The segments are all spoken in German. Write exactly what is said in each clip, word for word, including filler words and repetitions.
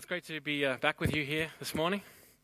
Well, it's great to be uh, back with you here this morning.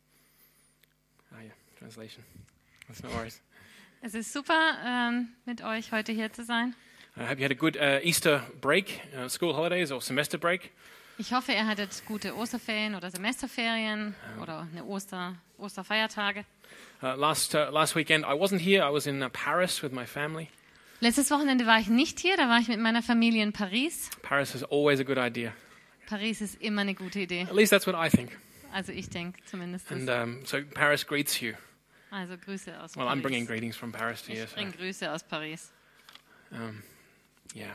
Ah, yeah, translation. That's no worries. Es ist super, ähm, mit euch heute hier zu sein. I hope you had a good uh, Easter break, uh, school holidays or semester break. Ich hoffe, ihr hattet gute Osterferien oder Semesterferien oder eine Oster, Osterfeiertage. Uh, last uh, last weekend I wasn't here. I was in uh, Paris with my family. Letztes Wochenende war ich nicht hier, da war ich mit meiner Familie in Paris. Paris is always a good idea. Paris ist immer eine gute Idee. At least that's what I think. Also ich denke zumindest. And um, so Paris greets you. Also Grüße aus Well, Paris. I'm bringing greetings from Paris to you. Ich So, bringe Grüße aus Paris. um, yeah,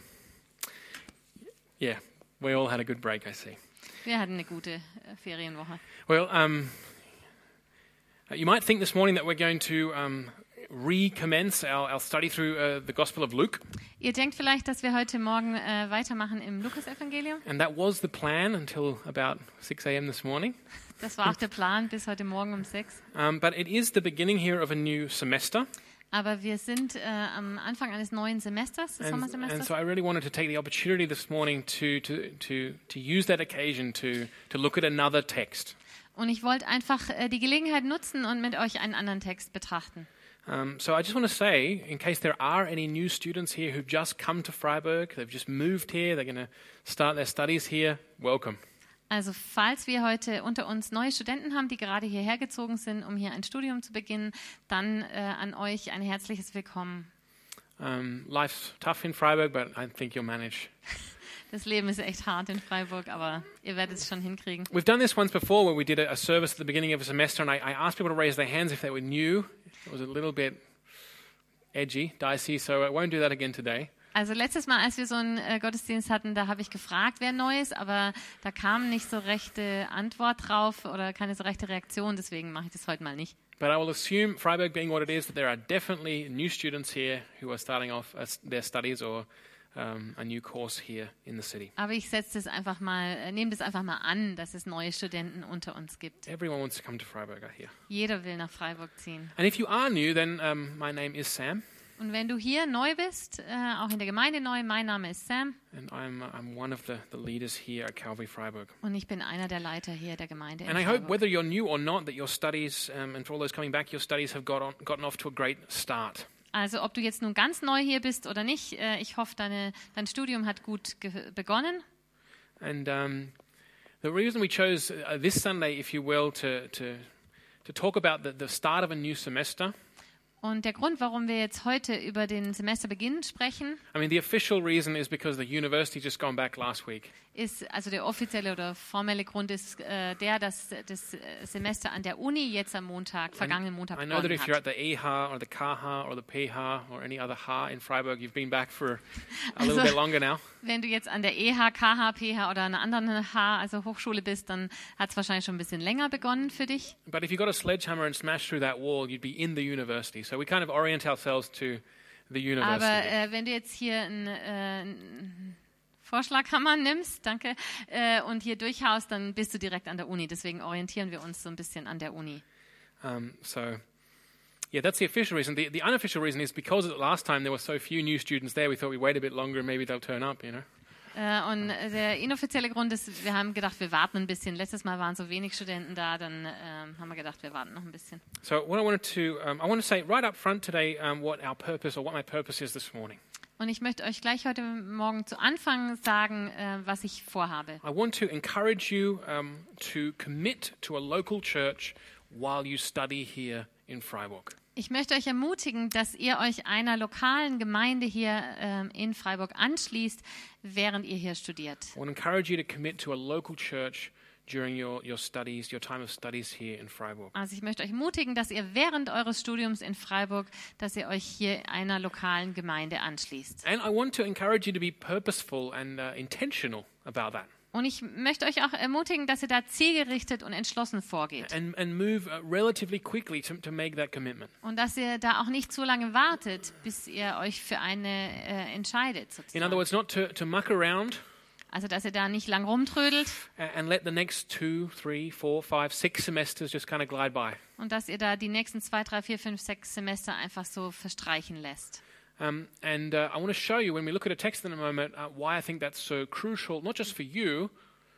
yeah. We all had a good break, I see. Wir hatten eine gute äh, Ferienwoche. Well, um, you might think this morning that we're going to um, recommence our, our study through uh, the Gospel of Luke. Ihr denkt vielleicht, dass wir heute Morgen äh, weitermachen im Lukas-Evangelium. And that was the plan until about six a.m. this morning. Das war auch der Plan bis heute Morgen um sechs. Um, but it is the beginning here of a new semester. Aber wir sind äh, am Anfang eines neuen Semesters, des And, and Sommersemesters. so I really wanted to take the opportunity this morning to, to, to, to use that occasion to, to look at another text. Und ich wollte einfach äh, die Gelegenheit nutzen und mit euch einen anderen Text betrachten. Um, so I just want to say, in case there are any new students here who've just come to Freiburg, they've just moved here, they're going to start their studies here, welcome. Also falls wir heute unter uns neue Studenten haben, die gerade hierher gezogen sind, um hier ein Studium zu beginnen, dann äh, an euch ein herzliches Willkommen. Um, life's tough in Freiburg, but I think you'll manage. Das Leben ist echt hart in Freiburg, aber ihr werdet es schon hinkriegen. We've done this once before where we did a, a service at the beginning of a semester and I, I asked people to raise their hands if they were new. It was a little bit edgy, dicey, so I won't do that again today. Also letztes Mal, als wir so einen äh, Gottesdienst hatten, da habe ich gefragt, wer neu ist, aber da kam nicht so rechte Antwort drauf oder keine so rechte Reaktion, deswegen mache ich das heute mal nicht. But I will assume, Freiburg being what it is, that there are definitely new students here who are starting off uh, their studies or um, a new course here in the city. Aber ich setze das einfach mal, äh, nehme das einfach mal an, dass es neue Studenten unter uns gibt. Everyone wants to come to Freiburg, I hear. Jeder will nach Freiburg ziehen. And if you are new, then um, my name is Sam. Und wenn du hier neu bist, äh, auch in der Gemeinde neu, mein Name ist Sam And I'm, uh, I'm one of the, the leaders here at Calvary Freiburg. und ich bin einer der Leiter hier der Gemeinde in And I hope, Freiburg. whether you're new or not, that your studies, um, and for all those coming back, your studies have got on, gotten off to a great start. Also ob du jetzt nun ganz neu hier bist oder nicht, äh, ich hoffe, deine, dein Studium hat gut ge- begonnen. And um, the reason we chose uh, this Sunday, if you will, to, to, to talk about the, the start of a new semester. Und der Grund, warum wir jetzt heute über den Semesterbeginn sprechen, I mean, the official reason is because the university just gone back last week. ist, also der offizielle oder formelle Grund ist äh, der, dass das äh, Semester an der Uni jetzt am Montag, vergangenen Montag I know that begonnen if you're hat. at the E H A or the K H or the P H or any other H A in Freiburg, you've been back for a Also- little bit longer now. Wenn du jetzt an der E H, K H, P H oder einer anderen H, also Hochschule bist, dann hat es wahrscheinlich schon ein bisschen länger begonnen für dich. But if you got a sledgehammer and smashed through that wall, you'd be in the university. So we kind of orient ourselves to the university. Aber äh, wenn du jetzt hier einen äh, Vorschlaghammer nimmst, danke, äh, und hier durchhaust, dann bist du direkt an der Uni. Deswegen orientieren wir uns so ein bisschen an der Uni. Um, so, yeah, that's the official reason. The, the unofficial reason is because last time there were so few new students there, we thought we'd wait a bit longer and maybe they'll turn up, you know. Äh, und der inoffizielle Grund ist, wir haben gedacht, wir warten ein bisschen. Letztes Mal waren so wenig Studenten da, dann äh, haben wir gedacht, wir warten noch ein bisschen. So what I wanted to, um, I want to say right up front today um, what our purpose or what my purpose is this morning. Und ich möchte euch gleich heute Morgen zu Anfang sagen, äh, was ich vorhabe. I want to encourage you um, to commit to a local church while you study here in Freiburg. Ich möchte euch ermutigen, dass ihr euch einer lokalen Gemeinde hier ähm, in Freiburg anschließt, während ihr hier studiert. I want to encourage you to commit to a local church during your, your studies, your time of studies here in Freiburg. Also ich möchte euch ermutigen, dass ihr während eures Studiums in Freiburg, dass ihr euch hier einer lokalen Gemeinde anschließt. And I want to encourage you to be purposeful and uh, intentional about that. Und ich möchte euch auch ermutigen, dass ihr da zielgerichtet und entschlossen vorgeht. And, and move uh, relatively quickly to, to make that commitment. Und dass ihr da auch nicht zu lange wartet, bis ihr euch für eine äh, entscheidet. In Sozusagen. other words, not to, to muck around Also dass ihr da nicht lang rumtrödelt and, and let the next two, three, four, five, six semesters just kind of glide by. und dass ihr da die nächsten zwei, drei, vier, fünf, sechs Semester einfach so verstreichen lässt. Um, and uh, I want to show you, when we look at a text in a moment, uh, why I think that's so crucial, not just for you,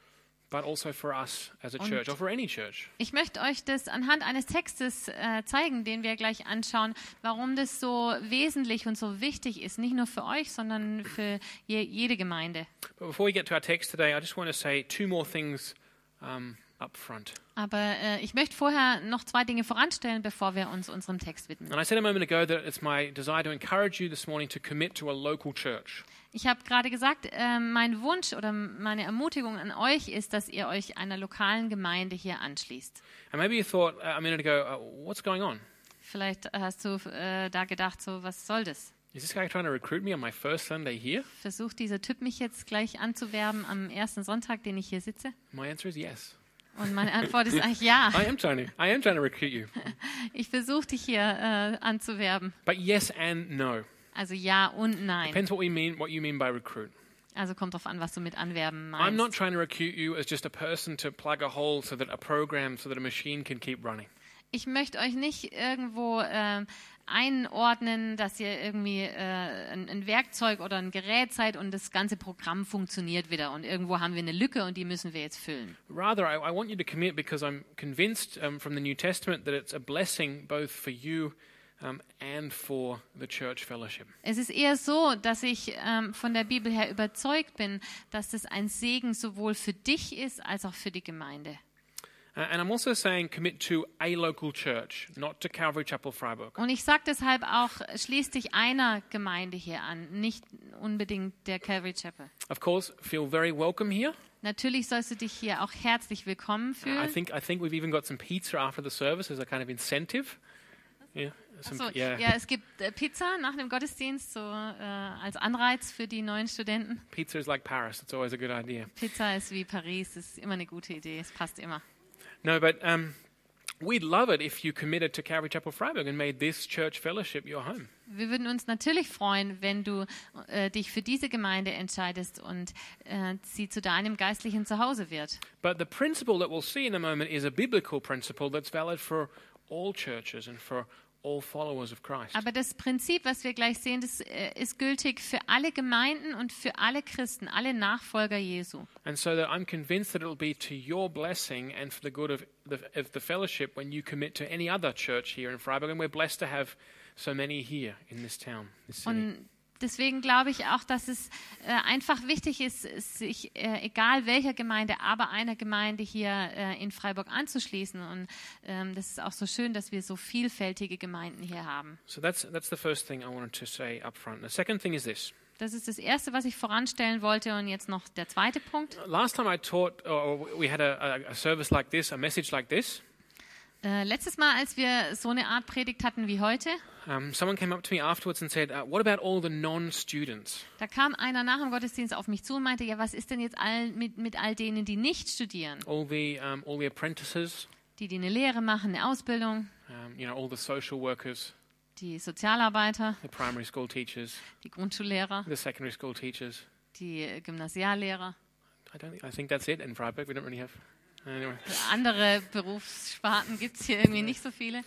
but also for us as a Und church, or for any church. Ich möchte euch das anhand eines Textes äh, zeigen, den wir gleich anschauen, warum das so wesentlich und so wichtig ist, nicht nur für euch, sondern für je, jede Gemeinde. But before we get to our text today, I just want to say two more things um, up front. Aber äh, ich möchte vorher noch zwei Dinge voranstellen, bevor wir uns unserem Text widmen. And I said a moment ago that it's my desire to encourage you this morning to commit to a local church. Ich habe gerade gesagt, äh, mein Wunsch oder meine Ermutigung an euch ist, dass ihr euch einer lokalen Gemeinde hier anschließt. And maybe you thought uh, a minute ago, uh, what's going on? Vielleicht hast du äh, da gedacht, so was soll das? Is this guy trying to recruit me on my first Sunday here? Versucht dieser Typ mich jetzt gleich anzuwerben am ersten Sonntag, den ich hier sitze? My answer is yes. Und meine Antwort ist eigentlich ja. I am trying to. I am trying to recruit you. Ich versuche dich hier äh, anzuwerben. But yes and no. Also ja und nein. Depends what we mean, what you mean by recruit. Also kommt drauf an, was du mit anwerben I'm not meinst. trying to recruit you as just a person to plug a hole so that a program, so that a machine can keep running. Ich möchte euch nicht irgendwo äh, einordnen, dass ihr irgendwie äh, ein, ein Werkzeug oder ein Gerät seid und das ganze Programm funktioniert wieder und irgendwo haben wir eine Lücke und die müssen wir jetzt füllen. Rather, I, I want you to commit because I'm convinced um, from the New Testament that it's a blessing both for you um, and for the church fellowship. Es ist eher so, dass ich ähm, von der Bibel her überzeugt bin, dass das ein Segen sowohl für dich ist als auch für die Gemeinde. Uh, and I'm also saying commit to a local church, not to Calvary Chapel Freiburg. Und ich sage deshalb auch, schließ dich einer Gemeinde hier an, nicht unbedingt der Calvary Chapel. Of course, feel very welcome here. Natürlich sollst du dich hier auch herzlich willkommen Uh, I fühlen. think I think we've even got some pizza after the service as a kind of incentive. Yeah, some, Achso, yeah. ja, es gibt äh, Pizza nach dem Gottesdienst, so äh, als Anreiz für die neuen Studenten. Pizza is like Paris. It's always a good idea. Pizza ist wie Paris, das ist immer eine gute Idee, es passt immer. No, but um, we'd love it if you committed to Calvary Chapel Freiburg and made this church fellowship your home. Wir würden uns natürlich freuen, wenn du äh, dich für diese Gemeinde entscheidest und äh, sie zu deinem geistlichen Zuhause wird. But the principle that we'll see in a moment is a biblical principle that's valid for all churches and for all followers of Christ. Aber das Prinzip, was wir gleich sehen, das äh, ist gültig für alle Gemeinden und für alle Christen, alle Nachfolger Jesu. And so that I'm convinced that it'll be to your blessing and for the good of the, of the fellowship when you commit to any other church here in Freiburg. And we're blessed to have so many here in this town, this city. Und deswegen glaube ich auch, dass es äh, einfach wichtig ist, sich äh, egal welcher Gemeinde, aber einer Gemeinde hier äh, in Freiburg anzuschließen. Und ähm, das ist auch so schön, dass wir so vielfältige Gemeinden hier haben. So that's that's the first thing I wanted to say up front. The second thing is this. Das ist das Erste, was ich voranstellen wollte. Und jetzt noch der zweite Punkt. Last time I taught, or we had a, a service like this, a message like this, Äh, letztes Mal, als wir so eine Art Predigt hatten wie heute, um, someone came up to me afterwards and said, uh, what about all the non-students? da kam einer nach dem Gottesdienst auf mich zu und meinte, ja, was ist denn jetzt all, mit, mit all denen, die nicht studieren? All the, um, all the apprentices, Die, die eine Lehre machen, eine Ausbildung, um, you know, all the social workers, die Sozialarbeiter, the primary school teachers, die Grundschullehrer, the secondary school teachers. die äh, Gymnasiallehrer, I don't think, I think that's it in Freiburg. We don't really have, anyway. andere Berufssparten gibt es hier irgendwie nicht so viele.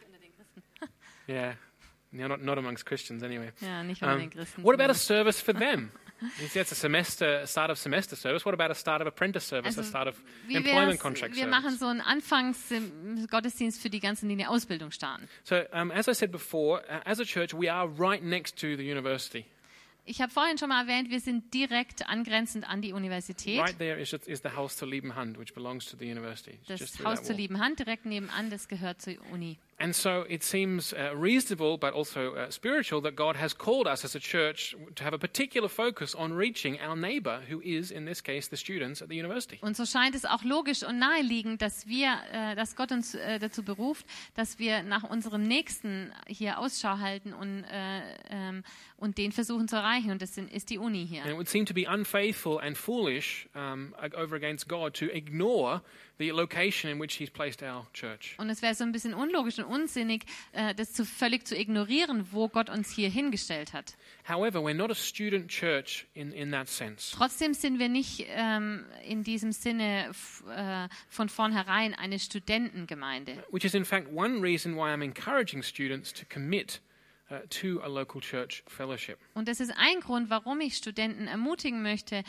Yeah, no, not, not amongst Christians anyway. Ja, nicht unter Um, den Christen. what about a service for them? You see, that's a semester, a start of semester service. What about a start of apprentice service, a Also, start of wie employment wär's, contract wir service? machen so einen Anfangsgottesdienst für die ganzen, die eine Ausbildung starten. So, um, as I said before, uh, as a church, we are right next to the university. Ich habe vorhin schon mal erwähnt, wir sind direkt angrenzend an die Universität. Right there is, is the Haus zur lieben Hand, which belongs to the university. It's just Das through Haus that zur wall. lieben Hand, direkt nebenan, das gehört zur Uni. And so it seems uh, reasonable, but also uh, spiritual, that God has called us as a church to have a particular focus on reaching our neighbor, who is, in this case, the students at the university. Und so scheint es auch logisch und naheliegend, dass wir, äh, dass Gott uns äh, dazu beruft, dass wir nach unserem Nächsten hier Ausschau halten und, äh, ähm, und den versuchen zu erreichen. Und das sind, ist die Uni hier. And it would seem to be unfaithful and foolish um, over against God to ignore the location in which He's placed our church. Und es wäre so ein bisschen unlogisch und unsinnig, äh, das zu, völlig zu ignorieren, wo Gott uns hier hingestellt hat. However, we're not a student church in, in that sense. Trotzdem sind wir nicht ähm, in diesem Sinne f- äh, von vornherein eine Studentengemeinde. Which is in fact one reason why I'm encouraging students to commit uh, to a local church fellowship. Und das ist ein Grund, warum ich Studenten ermutigen möchte,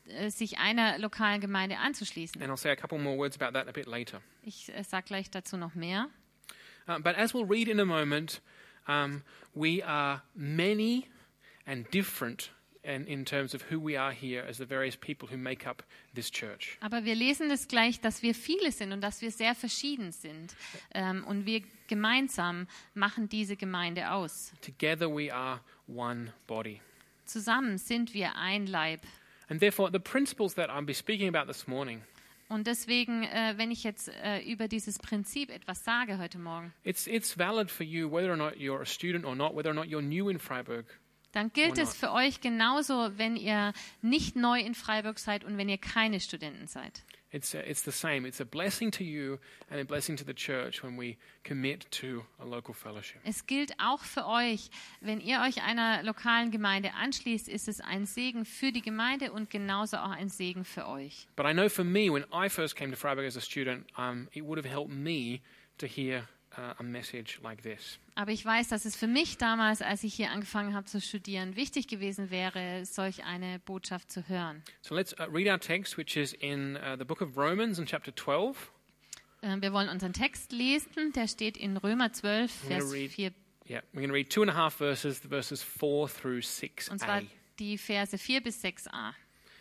äh, sich einer lokalen Gemeinde anzuschließen. And I'll say a couple more words about that a bit later. Ich äh, sage gleich dazu noch mehr. Uh, but as we'll read in a moment, um, we are many and different in, in terms of who we are here as the various people who make up this church. Aber wir lesen das gleich, dass wir viele sind und dass wir sehr verschieden sind. Ähm, und wir gemeinsam machen diese Gemeinde aus. Together we are one body. Zusammen sind wir ein Leib. And therefore, the principles that I'll be speaking about this morning, Und deswegen, äh, wenn ich jetzt äh, über dieses Prinzip etwas sage heute Morgen, it's, it's valid for you whether or not you're a student or not, whether or not you're new in Freiburg. dann gilt Or es not. für euch genauso, wenn ihr nicht neu in Freiburg seid und wenn ihr keine Studenten seid. It's, uh, it's the same. It's a blessing to you and a blessing to the church when we commit to a local fellowship. Es gilt auch für euch, wenn ihr euch einer lokalen Gemeinde anschließt, ist es ein Segen für die Gemeinde und genauso auch ein Segen für euch. But I know for me, when I first came to Freiburg as a student, um, it would have helped me to hear uh, a message like this. Aber ich weiß, dass es für mich damals, als ich hier angefangen habe zu studieren, wichtig gewesen wäre, solch eine Botschaft zu hören. So let's uh, read our text, which is in uh, the book of Romans in chapter twelve. Äh, Wir wollen unseren Text lesen, der steht in Römer zwölf, I'm gonna Vers read- vier, Yeah, we're going to read two and a half verses, the verses four through six und zwar a. die Verse vier bis sechs a.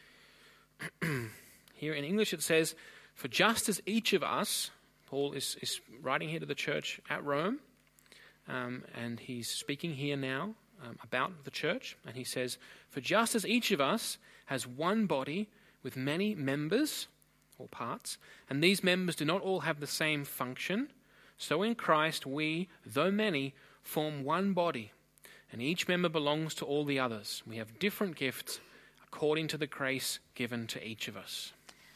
Here in English it says, "For just as each of us," Paul is, is writing here to the church at Rome, um, and he's speaking here now um, about the church, and he says, "For just as each of us has one body with many members, or parts, and these members do not all have the same function, so in Christ we, though many, form one body, and each member belongs to all the others. We have different gifts according to the grace given to each of us."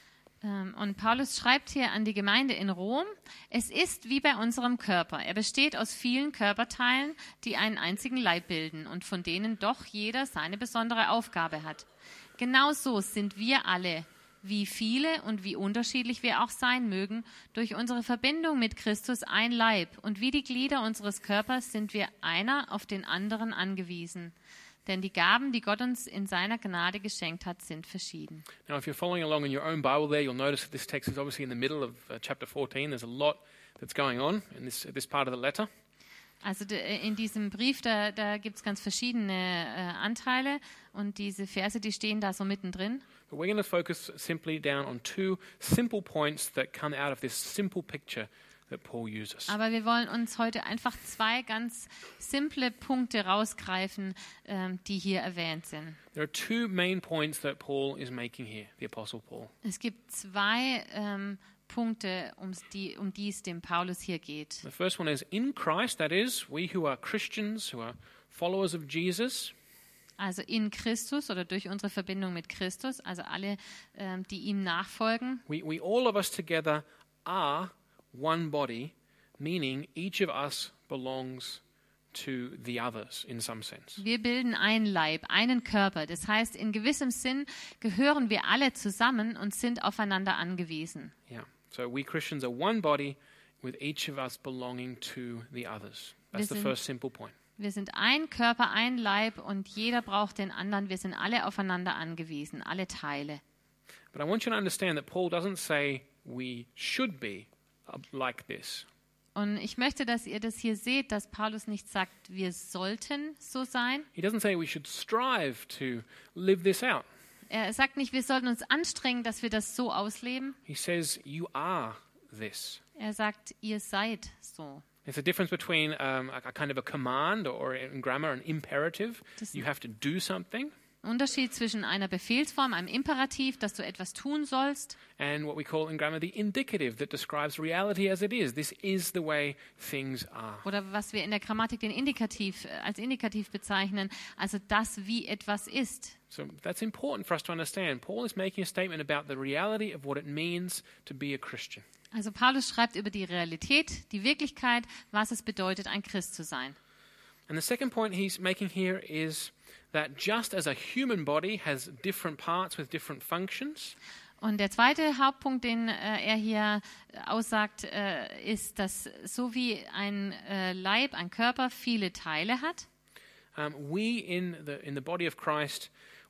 Ähm, Und Paulus schreibt hier an die Gemeinde in Rom, es ist wie bei unserem Körper. Er besteht aus vielen Körperteilen, die einen einzigen Leib bilden und von denen doch jeder seine besondere Aufgabe hat. Genauso sind wir alle, wie viele und wie unterschiedlich wir auch sein mögen, durch unsere Verbindung mit Christus ein Leib. Und wie die Glieder unseres Körpers sind wir einer auf den anderen angewiesen. Denn die Gaben, die Gott uns in seiner Gnade geschenkt hat, sind verschieden. Now, if you're following along in your own Bible there, you'll notice that this text is obviously in the middle of uh, chapter fourteen. There's a lot that's going on in this, this part of the letter. Also de, in diesem Brief, da, da gibt es ganz verschiedene äh, Anteile und diese Verse, die stehen da so mittendrin. But we're going to focus simply down on two simple points that come out of this simple picture that Paul uses. Aber wir wollen uns heute einfach zwei ganz simple Punkte rausgreifen, ähm, die hier erwähnt sind. There are two main points that Paul is making here, the Apostle Paul. Es gibt zwei ähm, Punkte, um's die, um die es dem Paulus hier geht. The first one is in Christ, that is, we who are Christians, who are followers of Jesus, Also in Christus oder durch unsere Verbindung mit Christus, also alle, ähm, die ihm nachfolgen. we, we all of us together are one body, meaning each of us belongs to the others in some sense. Wir bilden einen Leib, einen Körper. Das heißt, in gewissem Sinn gehören wir alle zusammen und sind aufeinander angewiesen. Yeah. So we Christians are one body with each of us belonging to the others. That's the Wir sind- first simple point. Wir sind ein Körper, ein Leib und jeder braucht den anderen. Wir sind alle aufeinander angewiesen, alle Teile. But I want you to understand that Paul doesn't say we should be uh, like this. Und ich möchte, dass ihr das hier seht, dass Paulus nicht sagt, wir sollten so sein. He doesn't say we should strive to live this out. Er sagt nicht, wir sollten uns anstrengen, dass wir das so ausleben. He says you are this. Er sagt, ihr seid so. There's a difference between um, a, a kind of a command or in grammar an imperative. Das- You have to do something. Unterschied zwischen einer Befehlsform, einem Imperativ, dass du etwas tun sollst, And what we call in grammar the indicative that describes reality as it is. This is the way things are. oder was wir in der Grammatik den Indikativ, äh, als Indikativ bezeichnen, also das, wie etwas ist. So that's important for us to understand. Paul is making a statement about the reality of what it means to be a Christian. Also Paulus schreibt über die Realität, die Wirklichkeit, was es bedeutet, ein Christ zu sein. And the second point he's making here is that just as a human body has different parts with different functions, Und der zweite Hauptpunkt, den äh, er hier äh, aussagt, äh, ist, dass so wie ein äh, Leib, ein Körper viele Teile hat, um, we in the in the body of Christ,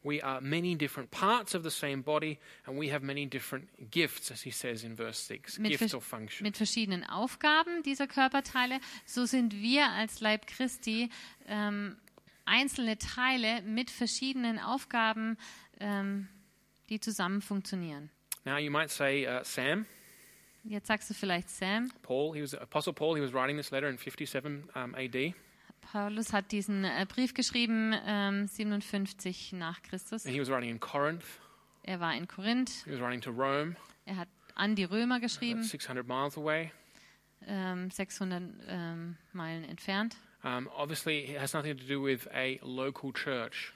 we are many different parts of the same body and we have many different gifts, as he says in verse six, Mit, gifts vers- or functions. mit verschiedenen Aufgaben dieser Körperteile. So sind wir als Leib Christi ähm, einzelne Teile mit verschiedenen Aufgaben, ähm, die zusammen funktionieren. Now you might say, uh, Sam, Jetzt sagst du vielleicht Sam. Paul, he was Apostle Paul, he was writing this letter in fifty-seven um, A D. Paulus hat diesen äh, Brief geschrieben, ähm, siebenundfünfzig nach Christus. And he was writing in Corinth. Er war in Korinth. He was writing to Rome, Er hat an die Römer about geschrieben, six hundred miles away. ähm, sechshundert ähm, Meilen entfernt. Um, obviously, it has nothing to do with a local church.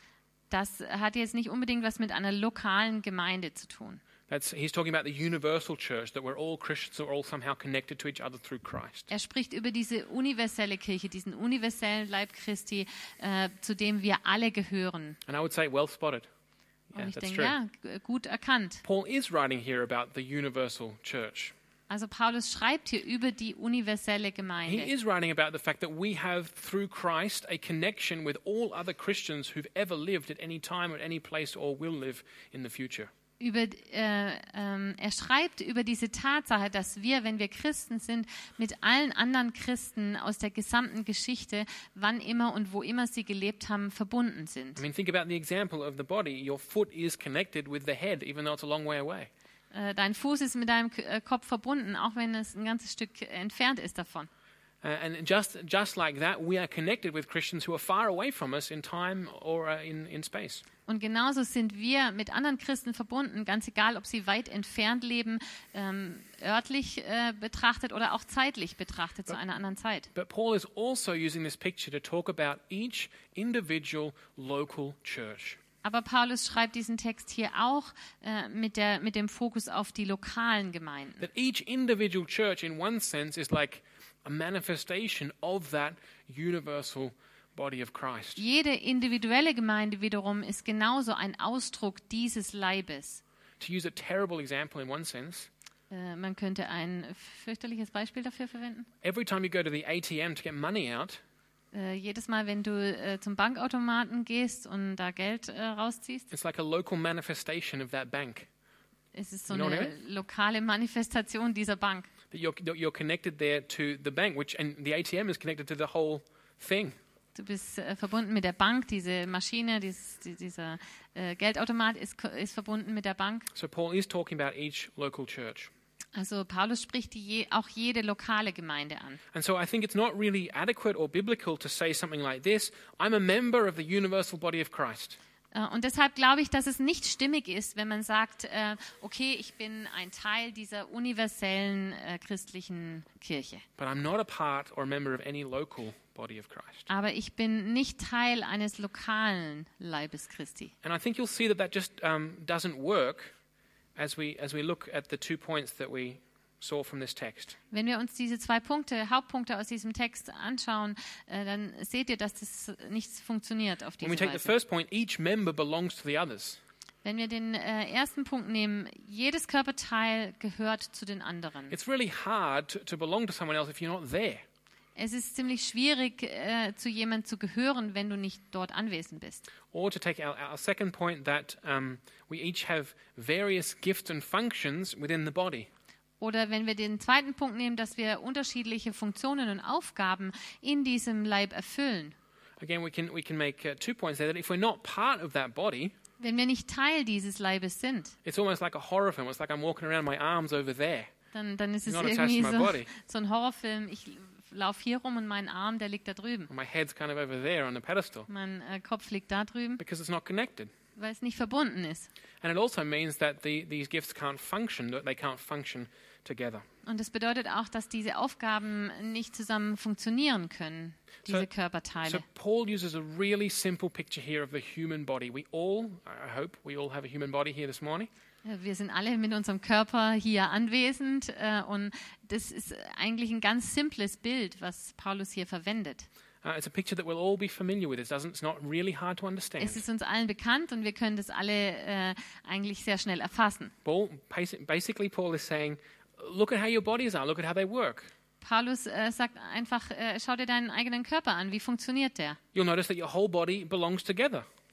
Das hat jetzt nicht unbedingt was mit einer lokalen Gemeinde zu tun. That's, he's talking about the universal church, that we're all Christians, that we're all somehow connected to each other through Christ. Er spricht über diese universelle Kirche, diesen universellen Leib Christi, äh, zu dem wir alle gehören. And I would say, well spotted. Yeah, Und ich that's denke, true. ja, g- gut erkannt. Paul is writing here about the universal church. Also Paulus schreibt hier über die universelle He Gemeinde. is writing about the fact that we have, through Christ, a connection with all other Christians who've ever lived at any time, at any place, or will live in the future. Über, äh, ähm, er schreibt über diese Tatsache, dass wir, wenn wir Christen sind, mit allen anderen Christen aus der gesamten Geschichte, wann immer und wo immer sie gelebt haben, verbunden sind. I mean, think about the example of the body. Your foot is connected with the head, even though it's a long way away. Äh, dein Fuß ist mit deinem K- äh, Kopf verbunden, auch wenn es ein ganzes Stück entfernt ist davon. Uh, and just just like that, we are connected with Christians who are far away from us in time or uh, in, in space. Und genauso sind wir mit anderen Christen verbunden, ganz egal, ob sie weit entfernt leben, ähm, örtlich äh, betrachtet oder auch zeitlich betrachtet, zu einer anderen Zeit. But Paul is also using this picture to talk about each individual local church. Aber Paulus schreibt diesen Text hier auch äh, mit, der, mit dem Fokus auf die lokalen Gemeinden. That each individual church, in one sense, is like a manifestation of that universal body of Christ. Jede individuelle Gemeinde wiederum ist genauso ein Ausdruck dieses Leibes. To use a terrible example in one sense, Äh, man könnte ein fürchterliches Beispiel dafür verwenden. every time you go to the A T M to get money out, Äh, jedes Mal, wenn du äh, zum Bankautomaten gehst und da Geld äh, rausziehst, it's like a local manifestation of that bank. es ist so You know what I eine lokale Manifestation dieser Bank. That you're, that you're connected there to the bank, which and the A T M is connected to the whole thing. Du bist äh, verbunden mit der Bank, diese Maschine, dieses, die, dieser äh, Geldautomat ist, ko- ist verbunden mit der Bank. So Paul is talking about each local church. Also Paulus spricht die je, auch jede lokale Gemeinde an. And so I think it's not really adequate or biblical to say something like this, I'm a member of the universal body of Christ. Äh, Und deshalb glaube ich, dass es nicht stimmig ist, wenn man sagt, äh, okay, ich bin ein Teil dieser universellen äh, christlichen Kirche. But I'm not a part or a member of any local body of Christ. Aber ich bin nicht Teil eines lokalen Leibes Christi. And I think you'll see that that just um, doesn't work as we as we look at the two points that we saw from this text. Wenn wir uns diese zwei Punkte, Hauptpunkte aus diesem Text anschauen, äh, dann seht ihr, dass das nicht funktioniert auf When we diese take the Weise. first point, each member belongs to the others. Wenn wir den äh, ersten Punkt nehmen, jedes Körperteil gehört zu den anderen. It's really hard to, to belong to someone else if you're not there. Es ist ziemlich schwierig, äh, zu jemandem zu gehören, wenn du nicht dort anwesend bist. Or to take our, our second point, that um, we each have various gifts and functions within the body. Oder wenn wir den zweiten Punkt nehmen, dass wir unterschiedliche Funktionen und Aufgaben in diesem Leib erfüllen. Again, we can we can make uh, two points there. That if we're not part of that body, Wenn wir nicht Teil dieses Leibes sind, it's almost like a horror film. It's like I'm walking around, my arms over there. dann, dann ist es Not attached irgendwie to my so, body. so ein Horrorfilm. Ich laufe hier rum und mein Arm, der liegt da drüben. And my head's kind of over there on the pedestal Mein äh, Kopf liegt da drüben, because it's not connected. weil es nicht verbunden ist. And it also means that the, these gifts can't function, that they can't function together. Und das bedeutet auch, dass diese Aufgaben nicht zusammen funktionieren können, diese So- Körperteile. So Paul uses a really simple picture here of the human body. We all, I hope, we all have a human body here this morning. Wir sind alle mit unserem Körper hier anwesend äh, und das ist eigentlich ein ganz simples Bild, was Paulus hier verwendet. Uh, it's a picture that we'll all be familiar with. It doesn't, it's not really hard to understand. Es ist uns allen bekannt und wir können das alle äh, eigentlich sehr schnell erfassen. Paul, basi- basically, Paul is saying, look at how your bodies are. Look at how they work. Paulus äh, sagt einfach, äh, schau dir deinen eigenen Körper an, wie funktioniert der? You'll notice that your whole body belongs together.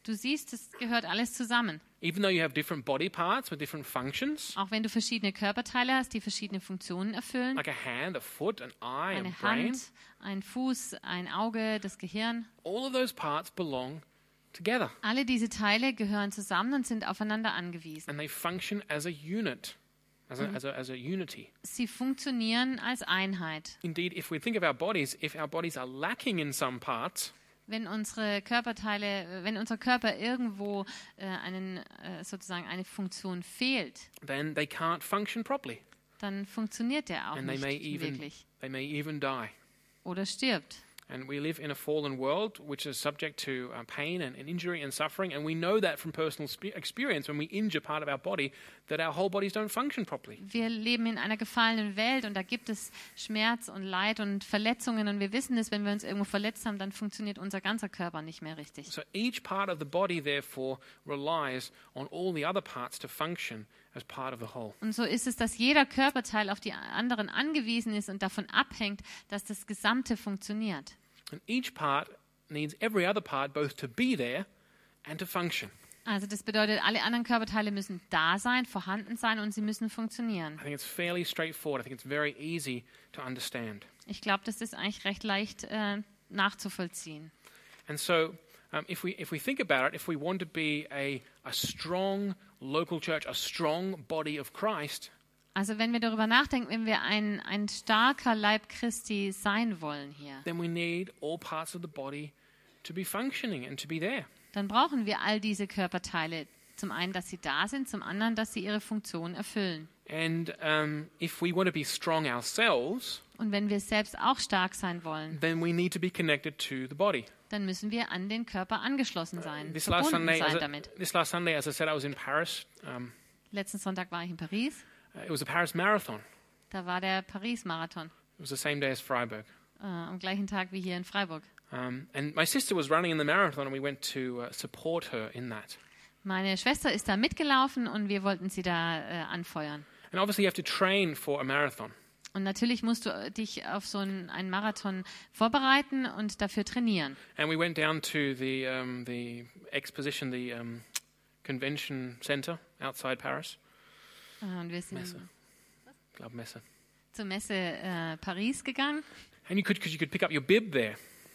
Du siehst, es gehört alles zusammen. Even though you have different body parts with different functions, Auch wenn du verschiedene Körperteile hast, die verschiedene Funktionen erfüllen. like a hand, a foot, an eye, a Eine brain, Hand, ein Fuß, ein Auge, das Gehirn. all of those parts belong together. Alle diese Teile gehören zusammen und sind aufeinander angewiesen. And they function as a unit, as a, as a, as a unity. Sie funktionieren als Einheit. Indeed, if we think of our bodies, if our bodies are lacking in some parts, Wenn unsere Körperteile, wenn unser Körper irgendwo äh, einen, äh, sozusagen eine Funktion fehlt, then they can't function properly, dann funktioniert der auch and they may nicht even wirklich they may even die. oder stirbt. And we live in a fallen world which is subject to uh, pain and, and injury and suffering, and we know that from personal spe- experience when we injure part of our body, that our whole bodies don't function properly. Wir leben in einer gefallenen Welt und da gibt es Schmerz und Leid und Verletzungen und wir wissen es, wenn wir uns irgendwo verletzt haben, dann funktioniert unser ganzer Körper nicht mehr richtig. So each part of the body, therefore, relies on all the other parts to function as part of the whole. Und so ist es, dass jeder Körperteil auf die anderen angewiesen ist und davon abhängt, dass das Gesamte funktioniert. And each part needs every other part both to be there and to function. Also das bedeutet, alle anderen Körperteile müssen da sein, vorhanden sein und sie müssen funktionieren. I think it's fairly straightforward. I think it's very easy to understand. Ich glaube, das ist eigentlich recht leicht äh, nachzuvollziehen. And so um, if we if we think about it, if we want to be a, a strong local church, a strong body of Christ, Also wenn wir darüber nachdenken, wenn wir ein, ein starker Leib Christi sein wollen hier, then we need all parts of the body to be functioning and to be there. dann brauchen wir all diese Körperteile. Zum einen, dass sie da sind, zum anderen, dass sie ihre Funktion erfüllen. And um, if we want to be strong ourselves, Und wenn wir selbst auch stark sein wollen, then we need to be connected to the body. dann müssen wir an den Körper angeschlossen sein, This last verbunden Sunday, as sein I, damit. this last Sunday, as I said, I was in Paris. Um, Letzten Sonntag war ich in Paris. uh, it was a Paris marathon. Da war der Paris-Marathon. It was the same day as Freiburg. Äh, am gleichen Tag wie hier in Freiburg. Um, and my sister was running in the marathon, and we went to uh, support her in that. Meine Schwester ist da mitgelaufen und wir wollten sie da äh, anfeuern. And obviously, you have to train for a marathon. Und natürlich musst du dich auf so einen, einen Marathon vorbereiten und dafür trainieren. And we went down to the um, the exposition, the um, convention center outside Paris. Äh, Und wir sind Messe. Ich glaube Messe. zur Messe äh, Paris gegangen. And you could, because you could pick up your bib there.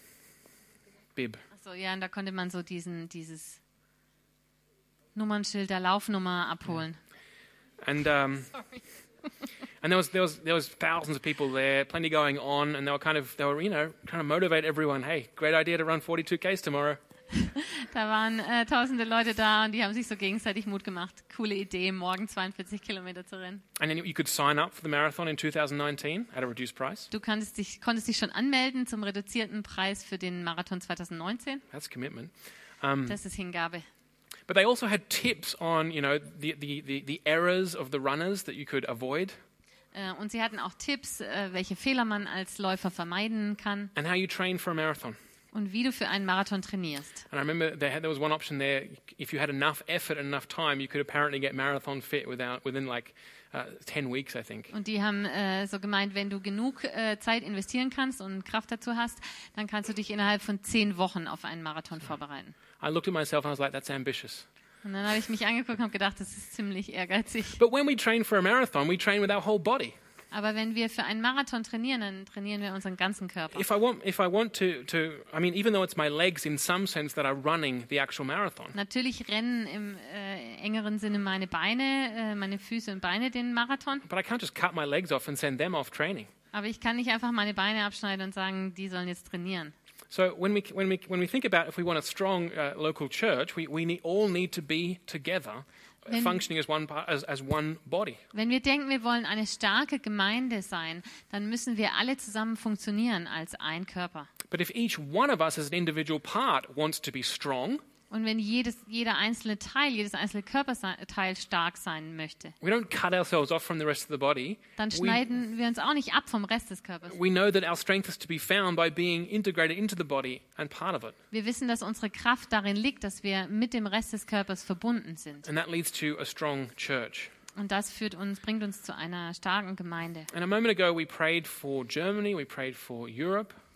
Bib. Achso, ja, und da konnte man so diesen, dieses Nummernschild der Laufnummer abholen. And um, and there was there was there was thousands of people there, plenty going on, and they were kind of they were you know trying to motivate everyone. Hey, great idea to run forty-two Ks tomorrow. Da waren äh, tausende Leute da und die haben sich so gegenseitig Mut gemacht. Coole Idee, morgen zweiundvierzig Kilometer zu rennen. And then you could sign up for the marathon in twenty nineteen at a reduced price. Du konntest dich, konntest dich schon anmelden zum reduzierten Preis für den Marathon zwanzig neunzehn. That's commitment. Um, Das ist Hingabe. but they also had tips on you know the, the, the, the errors of the runners that you could avoid, Äh, und sie hatten auch Tipps, äh, welche Fehler man als Läufer vermeiden kann and how you train for a marathon. und wie du für einen Marathon trainierst. And I remember there, had, there was one option there. If you had enough effort and enough time, you could apparently get marathon fit without within like uh, ten weeks, I think. Und die haben äh, so gemeint, wenn du genug äh, Zeit investieren kannst und Kraft dazu hast, dann kannst du dich innerhalb von zehn Wochen auf einen Marathon vorbereiten. I looked at myself and I was like, that's ambitious. Und dann habe ich mich angeguckt und habe gedacht, das ist ziemlich ehrgeizig. But when we train for a marathon, we train with our whole body. Aber wenn wir für einen Marathon trainieren, dann trainieren wir unseren ganzen Körper. If I want, if I want to, to, I mean, even though it's my legs in some sense that are running the actual marathon, Natürlich rennen im äh, engeren Sinne meine Beine, äh, meine Füße und Beine den Marathon. but I can't just cut my legs off and send them off training. Aber ich kann nicht einfach meine Beine abschneiden und sagen, die sollen jetzt trainieren. So when we when we when we think about if we want a strong uh, local church, we we need, all need to be together, uh, Wenn- functioning as one part, as, as one body. Wenn wir denken, wir wollen eine starke Gemeinde sein, dann müssen wir alle zusammen funktionieren als ein Körper. But if each one of us as an individual part wants to be strong, Und wenn jedes, jeder einzelne Teil, jedes einzelne Körperteil stark sein möchte, we don't cut ourselves off from the rest of the body. dann We, schneiden wir uns auch nicht ab vom Rest des Körpers. we know that our strength is to be found by being integrated into the body and part of it. Wir wissen, dass unsere Kraft darin liegt, dass wir mit dem Rest des Körpers verbunden sind. And that leads to a strong church. Und das führt uns, bringt uns zu einer starken Gemeinde. And a moment ago, we prayed for Germany, we prayed for Europe.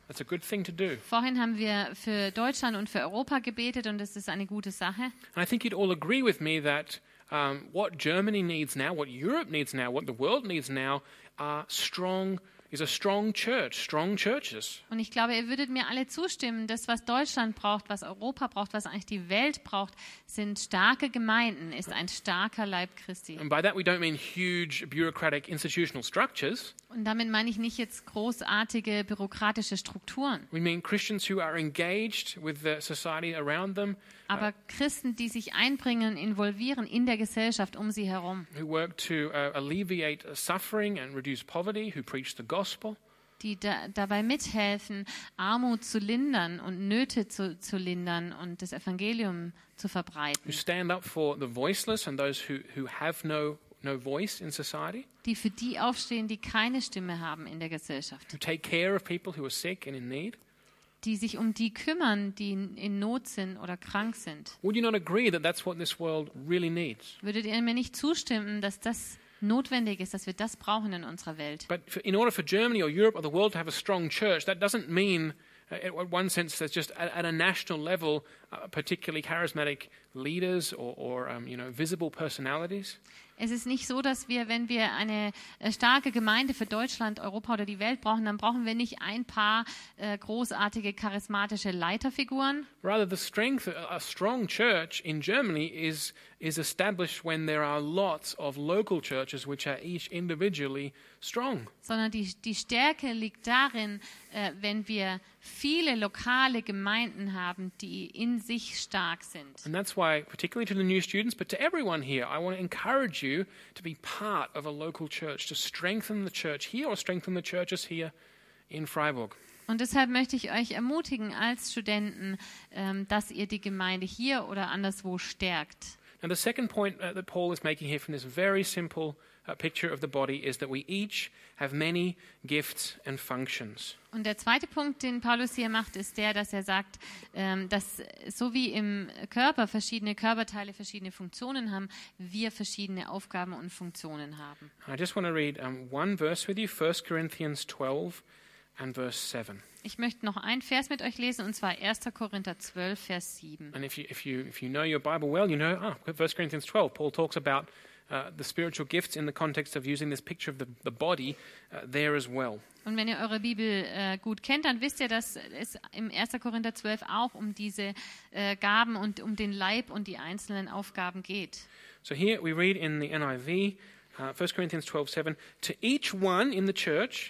That's a good thing to do. Vorhin haben wir für Deutschland und für Europa gebetet und das ist eine gute Sache. And I think you'd all agree with me that um, what Germany needs now, what Europe needs now, what the world needs now are strong is a strong church, strong churches. Und ich glaube, ihr würdet mir alle zustimmen, das, was Deutschland braucht, was Europa braucht, was eigentlich die Welt braucht, sind starke Gemeinden, ist ein starker Leib Christi. And by that we don't mean huge bureaucratic institutional structures. Und damit meine ich nicht jetzt großartige bürokratische Strukturen, We mean Christians who are engaged with the society around them, aber Christen, die sich einbringen, involvieren in der Gesellschaft um sie herum, who work to uh, alleviate suffering and reduce poverty, who preach the gospel, die da, dabei mithelfen, Armut zu lindern und Nöte zu, zu lindern und das Evangelium zu who verbreiten, stand up for the voiceless and those who, who have no, no voice in society, die für die aufstehen, die keine Stimme haben in der Gesellschaft, who take care of people who are sick and in need. die sich um die kümmern, die in Not sind oder krank sind. Would you not agree that that's what this world really needs? Würdet ihr mir nicht zustimmen, dass das notwendig ist, dass wir das brauchen in unserer Welt? But for, in order for Germany or Europe or the world to have a strong church, that doesn't mean, uh, in one sense, there's just at, at a national level, uh, particularly charismatic leaders or, or um, you know, visible personalities. Es ist nicht so, dass wir, wenn wir eine äh, starke Gemeinde für Deutschland, Europa oder die Welt brauchen, dann brauchen wir nicht ein paar äh, großartige, charismatische Leiterfiguren. Rather, the strength, a a strong church in Germany is is established when there are lots of local churches which are each individually strong. Sondern die, die Stärke liegt darin, äh, wenn wir viele lokale Gemeinden haben, die in sich stark sind. And that's why, particularly to the new students, but to everyone here, I want to encourage you to be part of a local church, to strengthen the church here or strengthen the churches here in Freiburg. Und deshalb möchte ich euch ermutigen als Studenten, ähm, dass ihr die Gemeinde hier oder anderswo stärkt. Now, the second point uh, that Paul is making here from this very simple uh, picture of the body is that we each have many gifts and functions. Und der zweite Punkt, den Paulus hier macht, ist der, dass er sagt, ähm, dass so wie im Körper verschiedene Körperteile verschiedene Funktionen haben, wir verschiedene Aufgaben und Funktionen haben. I just want to read um, one verse with you, First Corinthians twelve and verse seven. Ich möchte noch einen Vers mit euch lesen, und zwar erster Korinther zwölf, Vers sieben. And if you, if you, if you know your Bible well, you know, ah, First Corinthians twelve, Paul talks about uh, the spiritual gifts in the context of using this picture of the, the body uh, there as well. Und wenn ihr eure Bibel äh, gut kennt, dann wisst ihr, dass es im erster Korinther zwölf auch um diese äh, Gaben und um den Leib und die einzelnen Aufgaben geht. So here we read in the N I V, uh, First Corinthians twelve seven, to each one in the church,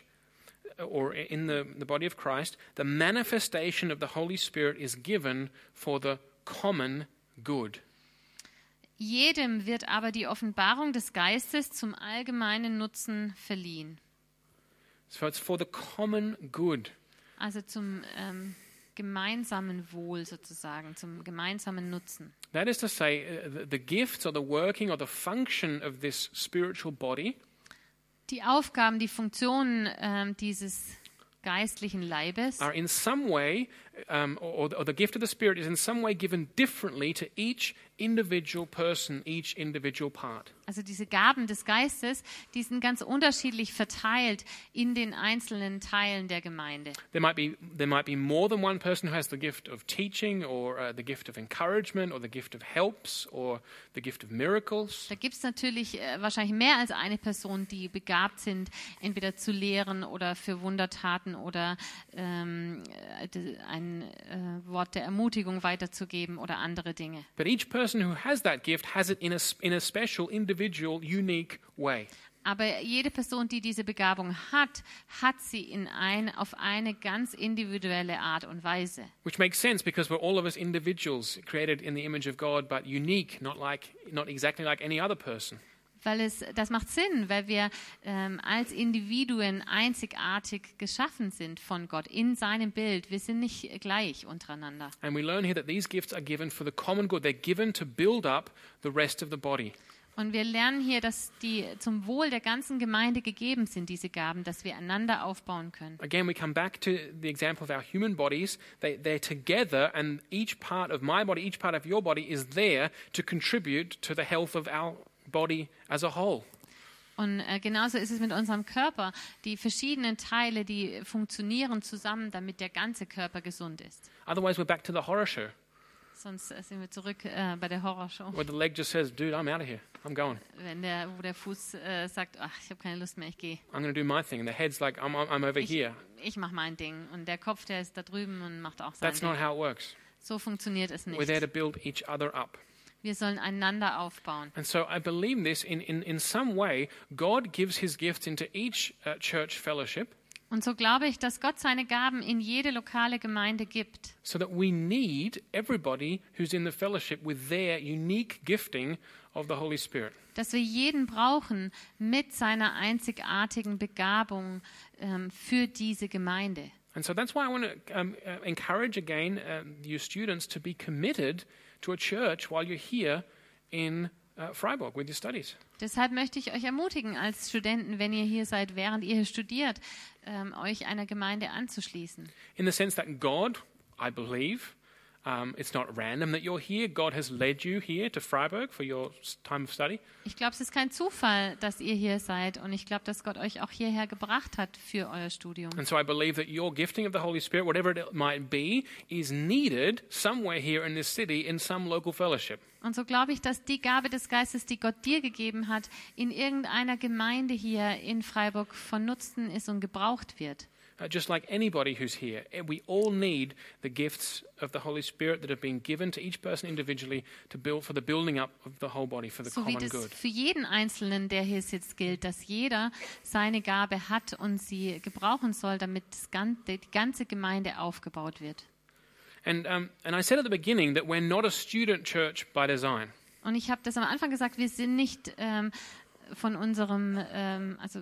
or in the, the body of Christ, the manifestation of the Holy Spirit is given for the common good. Jedem wird aber die Offenbarung des Geistes zum allgemeinen Nutzen verliehen. So it's for the common good. Also zum ähm, gemeinsamen Wohl sozusagen, zum gemeinsamen Nutzen. That is to say, uh, the, the gifts or the working or the function of this spiritual body Die Aufgaben, die Funktionen ähm, dieses geistlichen Leibes are in some way, um, or, or the gift of the Spirit is in some way given differently to each individual person, each individual part. Also diese Gaben des Geistes, die sind ganz unterschiedlich verteilt in den einzelnen Teilen der Gemeinde. There might be there might be more than one person who has the gift of teaching, or uh, the gift of encouragement, or the gift of helps, or the gift of miracles. Da gibt es natürlich äh, wahrscheinlich mehr als eine Person, die begabt sind, entweder zu lehren oder für Wundertaten oder ähm, äh, ein äh, Wort der Ermutigung weiterzugeben oder andere Dinge. But each person who has that gift has it in a in a special, individual, unique way. Aber jede Person, die diese Begabung hat, hat sie in ein, auf eine ganz individuelle Art und Weise. Which makes sense because we're all of us individuals created in the image of God, but unique, not like not exactly like any other person. Weil es, das macht Sinn, weil wir ähm, als Individuen einzigartig geschaffen sind von Gott in seinem Bild. Wir sind nicht gleich untereinander. And we learn here that these gifts are given for the common good. They're given to build up the rest of the body. Und wir lernen hier, dass die zum Wohl der ganzen Gemeinde gegeben sind, diese Gaben, dass wir einander aufbauen können. Again, we come back to the example of our human bodies. They, they're together, and each part of my body, each part of your body is there to contribute to the health of our body as a whole. Und äh, genauso ist es mit unserem Körper. Die verschiedenen Teile, die funktionieren zusammen, damit der ganze Körper gesund ist. Otherwise, we're back to the horror show, Sonst äh, sind wir zurück äh, bei der Horrorshow. where the leg just says, dude, I'm out of here. I'm going. Wenn der, wo der Fuß äh, sagt, ach, ich habe keine Lust mehr, ich gehe. I'm going to do my thing. And the head's like, I'm, I'm, I'm over Ich, here. ich mache mein Ding. Und der Kopf, der ist da drüben und macht auch sein That's not Ding. how it works. So funktioniert es We're there nicht. to build each other up. Wir sollen einander aufbauen. And so I believe this in, in, in some way, God gives his gifts into each uh, church fellowship Und so glaube ich, dass Gott seine Gaben in jede lokale Gemeinde gibt. so that we need everybody who's in the fellowship with their unique gifting of the Holy Spirit. Dass wir jeden brauchen mit seiner einzigartigen Begabung ähm, für diese Gemeinde. And so that's why I want to um, uh, encourage again uh, your students to be committed to a church while you're here in uh, Freiburg with your studies. Deshalb möchte ich euch ermutigen, als Studenten, wenn ihr hier seid, während ihr hier studiert, ähm, euch einer Gemeinde anzuschließen. In the sense that God, I believe, um, it's not random that you're here. God has led you here to Freiburg for your s- time of study. Ich glaube, es ist kein Zufall, dass ihr hier seid. Und ich glaube, dass Gott euch auch hierher gebracht hat für euer Studium. And so I believe that your gifting of the Holy Spirit, whatever it might be, is needed somewhere here in this city in some local fellowship. Und so glaube ich, dass die Gabe des Geistes, die Gott dir gegeben hat, in irgendeiner Gemeinde hier in Freiburg von Nutzen ist und gebraucht wird. Uh, just like anybody who's here, eh, we all need the gifts of the Holy Spirit that have been given to each person individually to build for the building up of the whole body for the So wie common das good. für jeden Einzelnen, der hier sitzt, gilt, dass jeder seine Gabe hat und sie gebrauchen soll, damit das ganze, die ganze Gemeinde aufgebaut wird. And um, and I said at the beginning that we're not a student church by design. Und ich habe das am Anfang gesagt, wir sind nicht ähm, von unserem, ähm, also äh,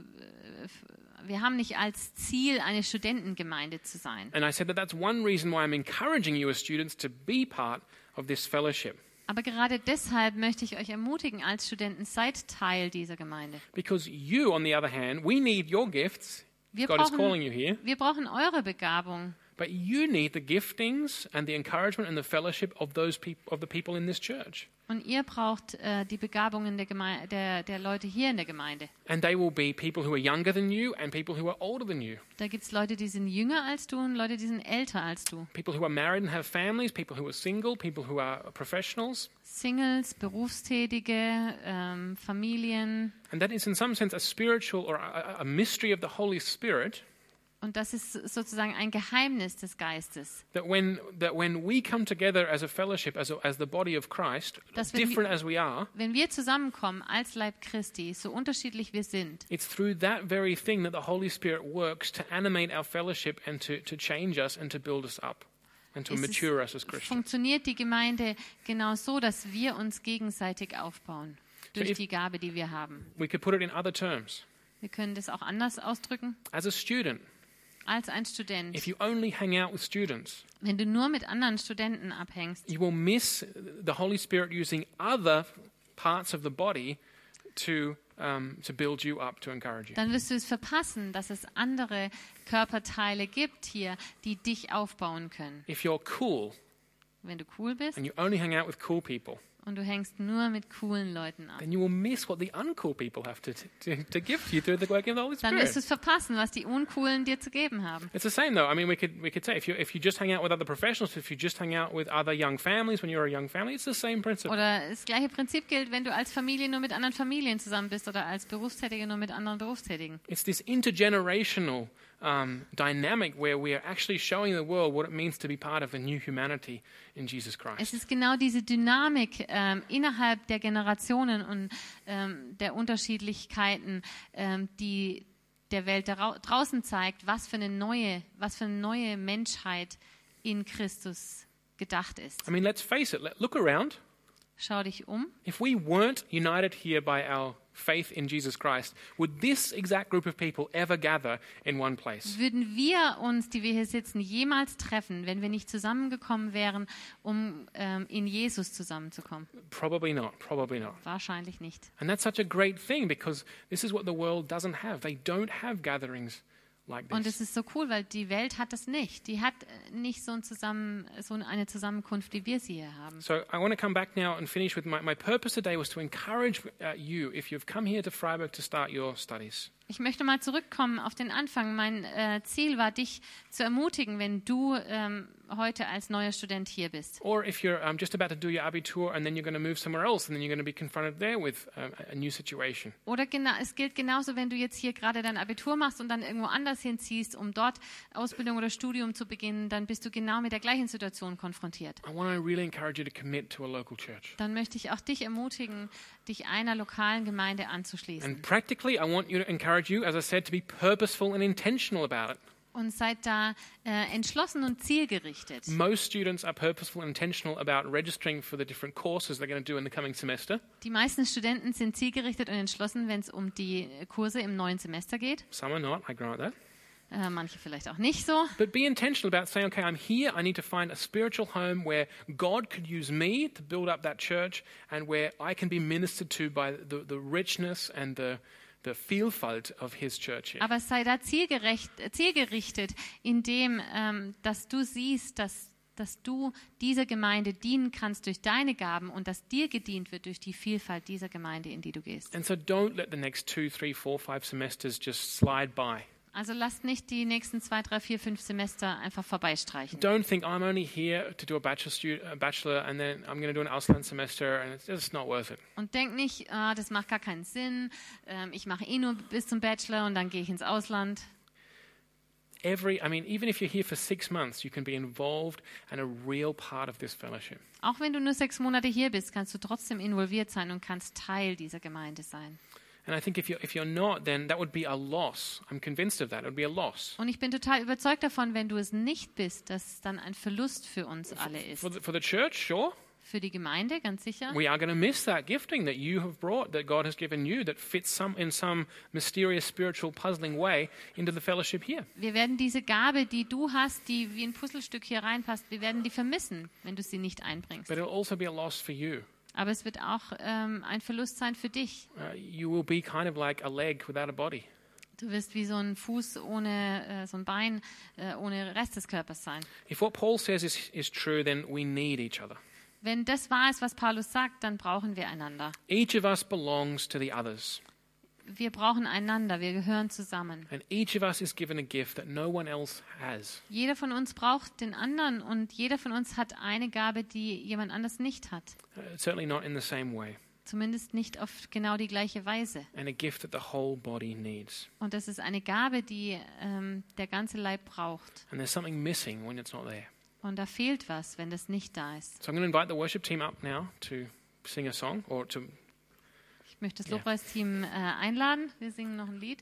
wir haben nicht als Ziel, eine Studentengemeinde zu sein. And I said that that's one reason why I'm encouraging you as students to be part of this fellowship. Aber gerade deshalb möchte ich euch ermutigen, als Studenten, seid Teil dieser Gemeinde. Because you, on the other hand, we need your gifts. Wir God is calling brauchen, you here. wir brauchen eure Begabung. But you need the giftings and the encouragement and the fellowship of those peop- of the people in this church. Und ihr braucht äh, die Begabungen der, Geme- der, der Leute hier in der Gemeinde. And they will be people who are younger than you and people who are older than you. Da gibt es Leute, die sind jünger als du und Leute, die sind älter als du. People who are married and have families, people who are single, people who are professionals. Singles, Berufstätige, ähm, Familien. And that is in some sense a spiritual or a, a mystery of the Holy Spirit. Und das ist sozusagen ein Geheimnis des Geistes. That when that when we come together as a fellowship, as a, as the body of Christ, Dass wenn different wir- as we are, Wenn wir zusammenkommen als Leib Christi, so unterschiedlich wir sind, it's through that very thing that the Holy Spirit works to animate our fellowship and to, to change us and to build us up and to ist mature us es, as Christians. funktioniert die Gemeinde genau so, dass wir uns gegenseitig aufbauen durch if- die Gabe, die wir haben. We could put it in other terms. Wir können das auch anders ausdrücken. As a student, Als ein Student, if you only hang out with students, wenn du nur mit anderen Studenten abhängst, you will miss the Holy Spirit using other parts of the body to um, to build you up, to encourage you. dann wirst du es verpassen, dass es andere Körperteile gibt hier, die dich aufbauen können. If you're cool Wenn du cool bist and you only hang out with cool people, und du hängst nur mit coolen Leuten ab, then you will miss what the uncool people have to, to, to give to you through the working of the Holy dann wirst du Spirit. es verpassen, was die Uncoolen dir zu geben haben. It's the same though. I mean, we could we could say if you if you just hang out with other professionals, if you just hang out with other young families when you're a young family, it's the same principle. Oder das gleiche Prinzip gilt, wenn du als Familie nur mit anderen Familien zusammen bist oder als Berufstätige nur mit anderen Berufstätigen. It's this intergenerational um, dynamic where we are actually showing the world what it means to be part of the new humanity in Jesus Christ. Es ist genau diese Dynamik ähm, innerhalb der Generationen und ähm, der Unterschiedlichkeiten, ähm, die der Welt dara- draußen zeigt, was für eine neue, was für eine neue Menschheit in Christus gedacht ist. I mean, let's face it. Let, look around. Schau dich um. If we weren't united here by our faith in Jesus Christ, would this exact group of people ever gather in one place? Würden wir uns, die wir hier sitzen, jemals treffen, wenn wir nicht zusammengekommen wären, um ähm, in Jesus zusammenzukommen? Probably not. Probably not. Wahrscheinlich nicht. And that's such a great thing because this is what the world doesn't have. They don't have gatherings like Und es this. ist so cool, weil die Welt hat das nicht. Die hat äh, nicht so, ein Zusammen, so eine Zusammenkunft, wie wir sie hier haben. So I want to come back now and finish with my, my purpose today was to encourage uh, you, if you've come here to Freiburg to start your studies. Ich möchte mal zurückkommen auf den Anfang. Mein äh, Ziel war, dich zu ermutigen, wenn du ähm, heute als neuer Student hier bist. Or if you're um, just about to do your Abitur and then you're going to move somewhere else and then you're going to be confronted there with um, a a new situation. Oder genau, es gilt genauso, wenn du jetzt hier gerade dein Abitur machst und dann irgendwo anders hinziehst, um dort Ausbildung oder Studium zu beginnen, dann bist du genau mit der gleichen Situation konfrontiert. I want to really encourage you to commit to a local church. Dann möchte ich auch dich ermutigen, dich einer lokalen Gemeinde anzuschließen. And practically, I want you to encourage you, as I said, to be purposeful and intentional about it. Und seid da äh, entschlossen und zielgerichtet. Most students are purposeful and intentional about registering for the different courses they're going to do in the coming semester. Die meisten Studenten sind zielgerichtet und entschlossen, wenn es um die Kurse im neuen Semester geht. Some are not, I grant that. Äh, manche vielleicht auch nicht so. But be intentional about saying, okay, I'm here, I need to find a spiritual home where God could use me to build up that church and where I can be ministered to by the, the richness and the, the Vielfalt of his church here. Aber sei da zielgerecht, zielgerichtet, indem ähm, dass du siehst, dass, dass du dieser Gemeinde dienen kannst durch deine Gaben und dass dir gedient wird durch die Vielfalt dieser Gemeinde, in die du gehst. And so don't let the next two, three, four, five semesters just slide by. Also lasst nicht die nächsten zwei, drei, vier, fünf Semester einfach vorbeistreichen. Don't think I'm only here to do a bachelor, stu- a bachelor and then I'm going to do an Ausland semester and it's just not worth it. Und denk nicht, ah, das macht gar keinen Sinn, ähm, ich mache eh nur bis zum Bachelor und dann gehe ich ins Ausland. Every, I mean, even if you're here for six months, you can be involved and a real part of this fellowship. Auch wenn du nur sechs Monate hier bist, kannst du trotzdem involviert sein und kannst Teil dieser Gemeinde sein. And I think if you're, if you're not, then that would be a loss. I'm convinced of that. It would be a loss. Und ich bin total überzeugt davon, wenn du es nicht bist, dass es dann ein Verlust für uns alle ist. For the, for the church, sure. Für die Gemeinde, ganz sicher. We are going to miss that gifting that you have brought, that God has given you, that fits some in some mysterious, spiritual, puzzling way into the fellowship here. Wir werden diese Gabe, die du hast, die wie ein Puzzlestück hier reinpasst, wir werden die vermissen, wenn du sie nicht einbringst. But it'll also be a loss for you. Aber es wird auch ähm, ein Verlust sein für dich. Uh, you will be kind of like a leg without a body. Du wirst wie so ein Fuß ohne, äh, so ein Bein äh, ohne Rest des Körpers sein. If what Paul says is, is true, then we need each other. Wenn das wahr ist, was Paulus sagt, dann brauchen wir einander. Each of us belongs to the others. Wir brauchen einander, wir gehören zusammen. And each of us is given a gift that no one else has. Jeder von uns braucht den anderen und jeder von uns hat eine Gabe, die jemand anders nicht hat. Uh, certainly not in the same way. Zumindest nicht auf genau die gleiche Weise. And a gift that the whole body needs. Und das ist eine Gabe, die ähm, der ganze Leib braucht. And there's something missing when it's not there. Und da fehlt was, wenn das nicht da ist. So I'm going to invite the worship team up now to sing a song or to Ich möchte das Ja. Lobpreisteam äh, einladen. Wir singen noch ein Lied.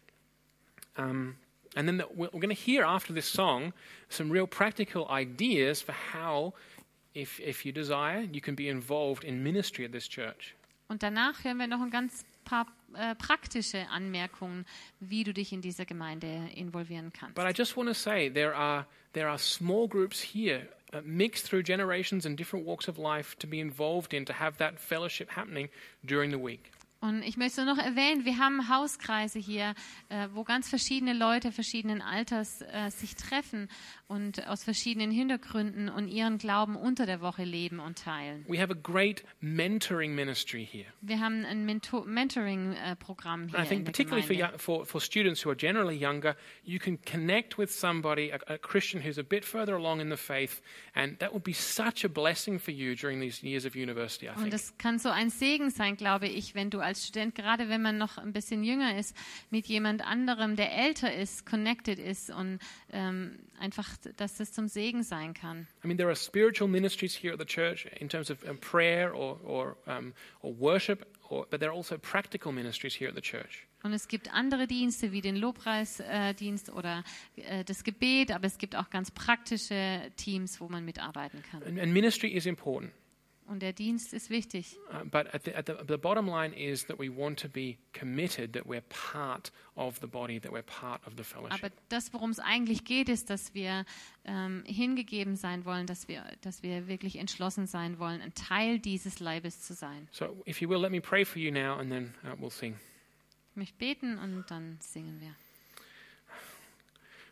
Um, and then the, we're going to hear after this song some real practical ideas for how, if, if you desire, you can be involved in ministry at this church. Und danach hören wir noch ein ganz paar äh, praktische Anmerkungen, wie du dich in dieser Gemeinde involvieren kannst. But I just want to say there are, there are small groups here uh, mixed through generations and different walks of life to be involved in, to have that fellowship happening during the week. Und ich möchte noch erwähnen, wir haben Hauskreise hier, äh, wo ganz verschiedene Leute verschiedenen Alters äh, sich treffen und aus verschiedenen Hintergründen und ihren Glauben unter der Woche leben und teilen. We have a great mentoring ministry here. Wir haben ein Mento- Mentoring-Programm hier And I think in der particularly for, Gemeinde. young, for, for students who are generally younger, you can connect with somebody, a, a Christian who's a bit further along in the faith, and that would be such a blessing for you during these years of university, I Und think. das kann so ein Segen sein, glaube ich, wenn du als Student, gerade wenn man noch ein bisschen jünger ist, mit jemand anderem, der älter ist, connected ist und ähm, einfach, dass das zum Segen sein kann. I mean, there are spiritual ministries here at the church in terms of um, prayer or, or, um, or worship, or, but there are also practical ministries here at the church. Und es gibt andere Dienste wie den Lobpreisdienst oder äh, das Gebet, aber es gibt auch ganz praktische Teams, wo man mitarbeiten kann. And, and ministry is important. Und der Dienst ist wichtig. Uh, but at the, at the, the bottom line is that we want to be committed, that we're part of the body, that we're part of the fellowship. Aber das, worum es eigentlich geht, ist, dass wir ähm, hingegeben sein wollen, dass wir, dass wir wirklich entschlossen sein wollen, ein Teil dieses Leibes zu sein. So if you will, let me pray for you now and then uh, we'll sing. Ich möchte beten und dann singen wir.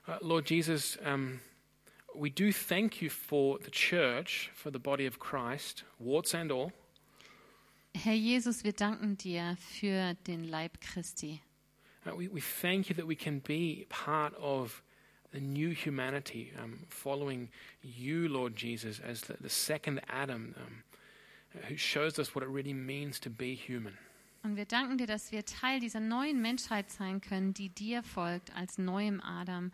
Uh, Lord Jesus, um, we do thank you for the church, for the body of Christ, warts and all. Herr Jesus, wir danken dir für den Leib Christi. Uh, we, we thank you that we can be part of the new humanity, um, following you, Lord Jesus, as the, the second Adam, um, who shows us what it really means to be human. Und wir danken dir, dass wir Teil dieser neuen Menschheit sein können, die dir folgt als neuem Adam.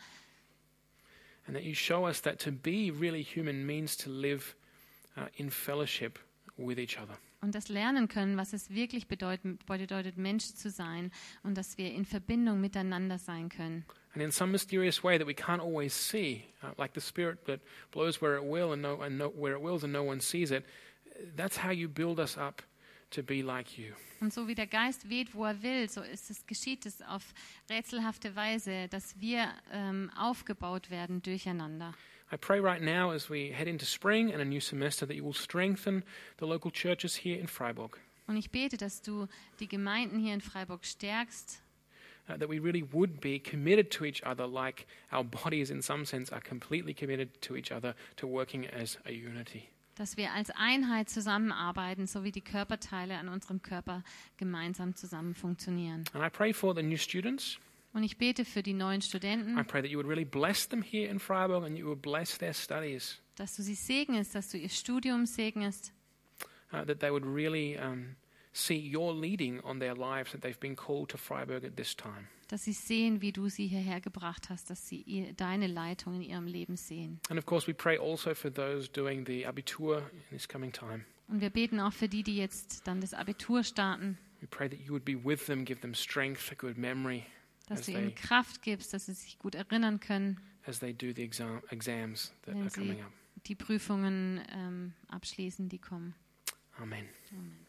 And that you show us that to be really human means to live uh, in fellowship with each other. Und das lernen können, was es wirklich bedeutet, bedeutet, Mensch zu sein und dass wir in Verbindung miteinander sein können. And in some mysterious way that we can't always see, uh, like the Spirit that blows where it will and, no, and no, where it wills and no one sees it, that's how you build us up to be like you. Und so wie der Geist weht, wo er will, so ist es, geschieht es auf rätselhafte Weise, dass wir ähm, aufgebaut werden durcheinander. I pray right now as we head into spring and a new semester that you will strengthen the local churches here in Freiburg. Und ich bete, dass du die Gemeinden hier in Freiburg stärkst, Uh, that we really would be committed to each other like our bodies in some sense are completely committed to each other, to working as a unity. dass wir als Einheit zusammenarbeiten, so wie die Körperteile an unserem Körper gemeinsam zusammen funktionieren. And I pray for the new students. Und ich bete für die neuen Studenten, I pray that you would really bless them here in Freiburg and you would bless their studies, dass du sie segnest, dass du ihr Studium segnest, uh, that they would really um, see your leading on their lives, that they've been called to Freiburg at this time. dass sie sehen, wie du sie hierher gebracht hast, dass sie ihr, deine Leitung in ihrem Leben sehen. And of course we pray also for those doing the Abitur in this coming time. Und wir beten auch für die, die jetzt dann das Abitur starten, We pray that you would be with them, give them strength, a good memory dass as du they, ihnen Kraft gibst, dass sie sich gut erinnern können, as they do the exam, exams that wenn are sie coming up. die Prüfungen ähm, abschließen, die kommen. Amen. Amen.